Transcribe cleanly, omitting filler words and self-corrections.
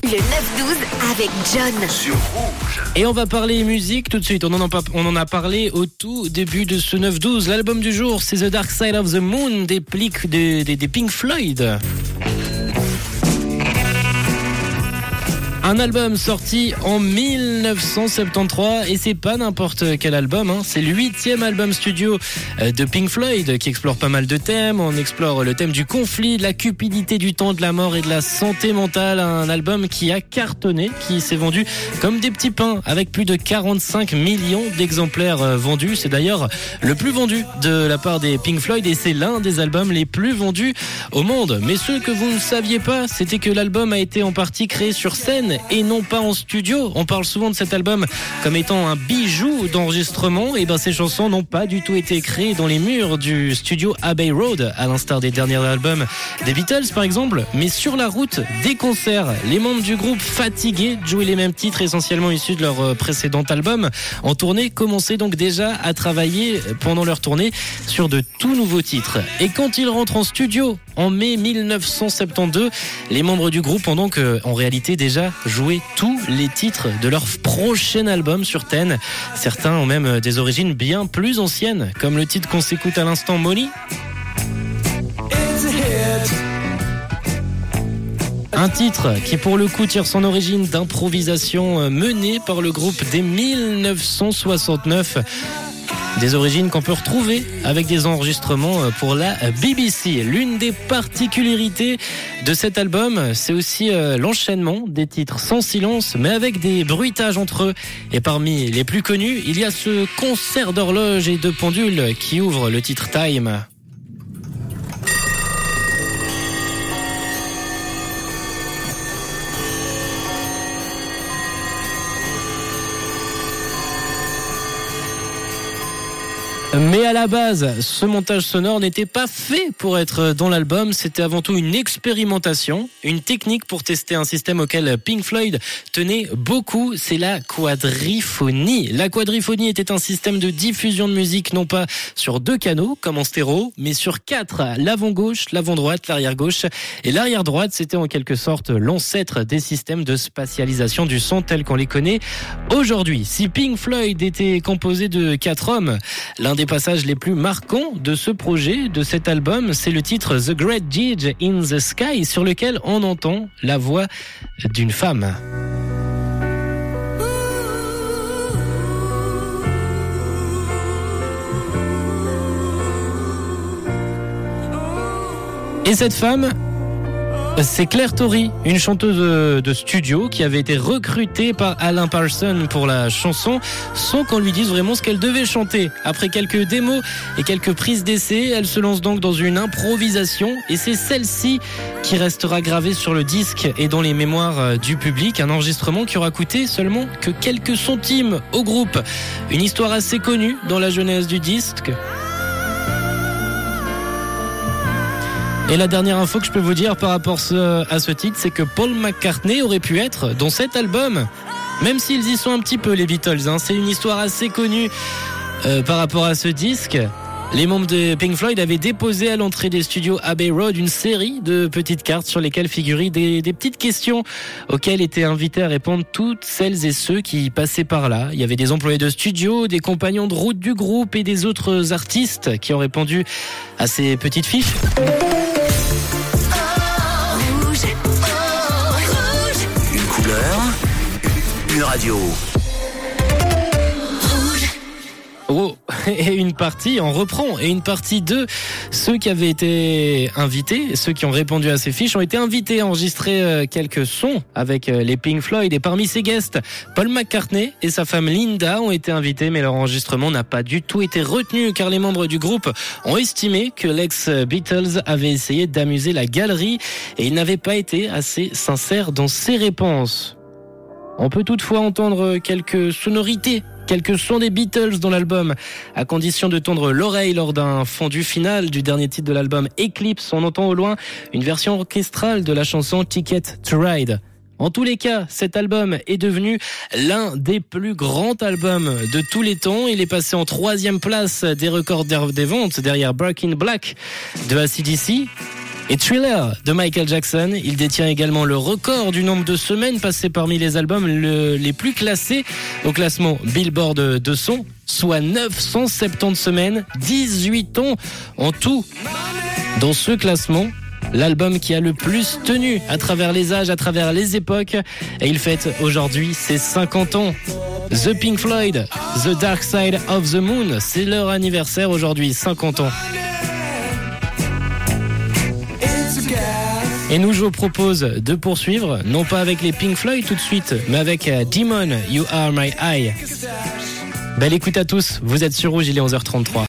Le 9-12 avec John. Sur Rouge. Et on va parler musique tout de suite. On en a parlé au tout début de ce 9-12. L'album du jour, c'est The Dark Side of the Moon des Pink Floyd. Un album sorti en 1973 et c'est pas n'importe quel album, hein. C'est le 8e album studio de Pink Floyd qui explore pas mal de thèmes. On explore le thème du conflit, de la cupidité du temps, de la mort et de la santé mentale. Un album qui a cartonné, qui s'est vendu comme des petits pains avec plus de 45 millions d'exemplaires vendus. C'est d'ailleurs le plus vendu de la part des Pink Floyd et c'est l'un des albums les plus vendus au monde. Mais ce que vous ne saviez pas, c'était que l'album a été en partie créé sur scène et non pas en studio. On parle souvent de cet album comme étant un bijou d'enregistrement. Et ben ces chansons n'ont pas du tout été créées dans les murs du studio Abbey Road, à l'instar des derniers albums des Beatles par exemple, mais sur la route des concerts. Les membres du groupe, fatigués de jouer les mêmes titres essentiellement issus de leur précédent album en tournée, commençaient donc déjà à travailler pendant leur tournée sur de tout nouveaux titres. Et quand ils rentrent en studio en mai 1972, les membres du groupe ont donc en réalité déjà joué tous les titres de leur prochain album sur 10. Certains ont même des origines bien plus anciennes, comme le titre qu'on s'écoute à l'instant, Molly. Un titre qui pour le coup tire son origine d'improvisation menée par le groupe dès 1969. Des origines qu'on peut retrouver avec des enregistrements pour la BBC. L'une des particularités de cet album, c'est aussi l'enchaînement des titres sans silence, mais avec des bruitages entre eux. Et parmi les plus connus, il y a ce concert d'horloge et de pendule qui ouvre le titre Time. Mais à la base, ce montage sonore n'était pas fait pour être dans l'album. C'était avant tout une expérimentation, une technique pour tester un système auquel Pink Floyd tenait beaucoup. C'est la quadriphonie. La quadriphonie était un système de diffusion de musique, non pas sur 2 canaux, comme en stéréo, mais sur 4. L'avant-gauche, l'avant-droite, l'arrière-gauche et l'arrière-droite. C'était en quelque sorte l'ancêtre des systèmes de spatialisation du son tels qu'on les connaît aujourd'hui. Si Pink Floyd était composé de 4 hommes, l'un des passages les plus marquants de ce projet, de cet album, c'est le titre The Great Gig in the Sky, sur lequel on entend la voix d'une femme. Et cette femme, c'est Claire Torrey, une chanteuse de studio qui avait été recrutée par Alan Parsons pour la chanson sans qu'on lui dise vraiment ce qu'elle devait chanter. Après quelques démos et quelques prises d'essai, elle se lance donc dans une improvisation et c'est celle-ci qui restera gravée sur le disque et dans les mémoires du public. Un enregistrement qui aura coûté seulement que quelques centimes au groupe. Une histoire assez connue dans la genèse du disque. Et la dernière info que je peux vous dire par rapport à ce titre, c'est que Paul McCartney aurait pu être dans cet album, même s'ils y sont un petit peu les Beatles, hein. C'est une histoire assez connue par rapport à ce disque. Les membres de Pink Floyd avaient déposé à l'entrée des studios Abbey Road une série de petites cartes sur lesquelles figuraient des petites questions auxquelles étaient invités à répondre toutes celles et ceux qui passaient par là. Il y avait des employés de studio, des compagnons de route du groupe et des autres artistes qui ont répondu à ces petites fiches. Une couleur, une radio. Oh, et une partie, on reprend, et une partie de ceux qui avaient été invités, ceux qui ont répondu à ces fiches, ont été invités à enregistrer quelques sons avec les Pink Floyd. Et parmi ces guests, Paul McCartney et sa femme Linda ont été invités, mais leur enregistrement n'a pas du tout été retenu, car les membres du groupe ont estimé que l'ex-Beatles avait essayé d'amuser la galerie, et il n'avait pas été assez sincère dans ses réponses. On peut toutefois entendre quelques sonorités, quelques sons des Beatles dans l'album, à condition de tendre l'oreille lors d'un fondu final du dernier titre de l'album Eclipse. On entend au loin une version orchestrale de la chanson Ticket to Ride. En tous les cas, cet album est devenu l'un des plus grands albums de tous les temps. Il est passé en 3e place des records des ventes derrière Back in Black de AC/DC. Et Thriller de Michael Jackson, il détient également le record du nombre de semaines passées parmi les albums les plus classés au classement Billboard de son, soit 970 semaines, 18 ans en tout. Dans ce classement, l'album qui a le plus tenu à travers les âges, à travers les époques, et il fête aujourd'hui ses 50 ans. The Pink Floyd, The Dark Side of the Moon, c'est leur anniversaire aujourd'hui, 50 ans. Et nous, je vous propose de poursuivre, non pas avec les Pink Floyd tout de suite, mais avec Demon, You Are My Eye. Belle écoute à tous, vous êtes sur Rouge, il est 11h33.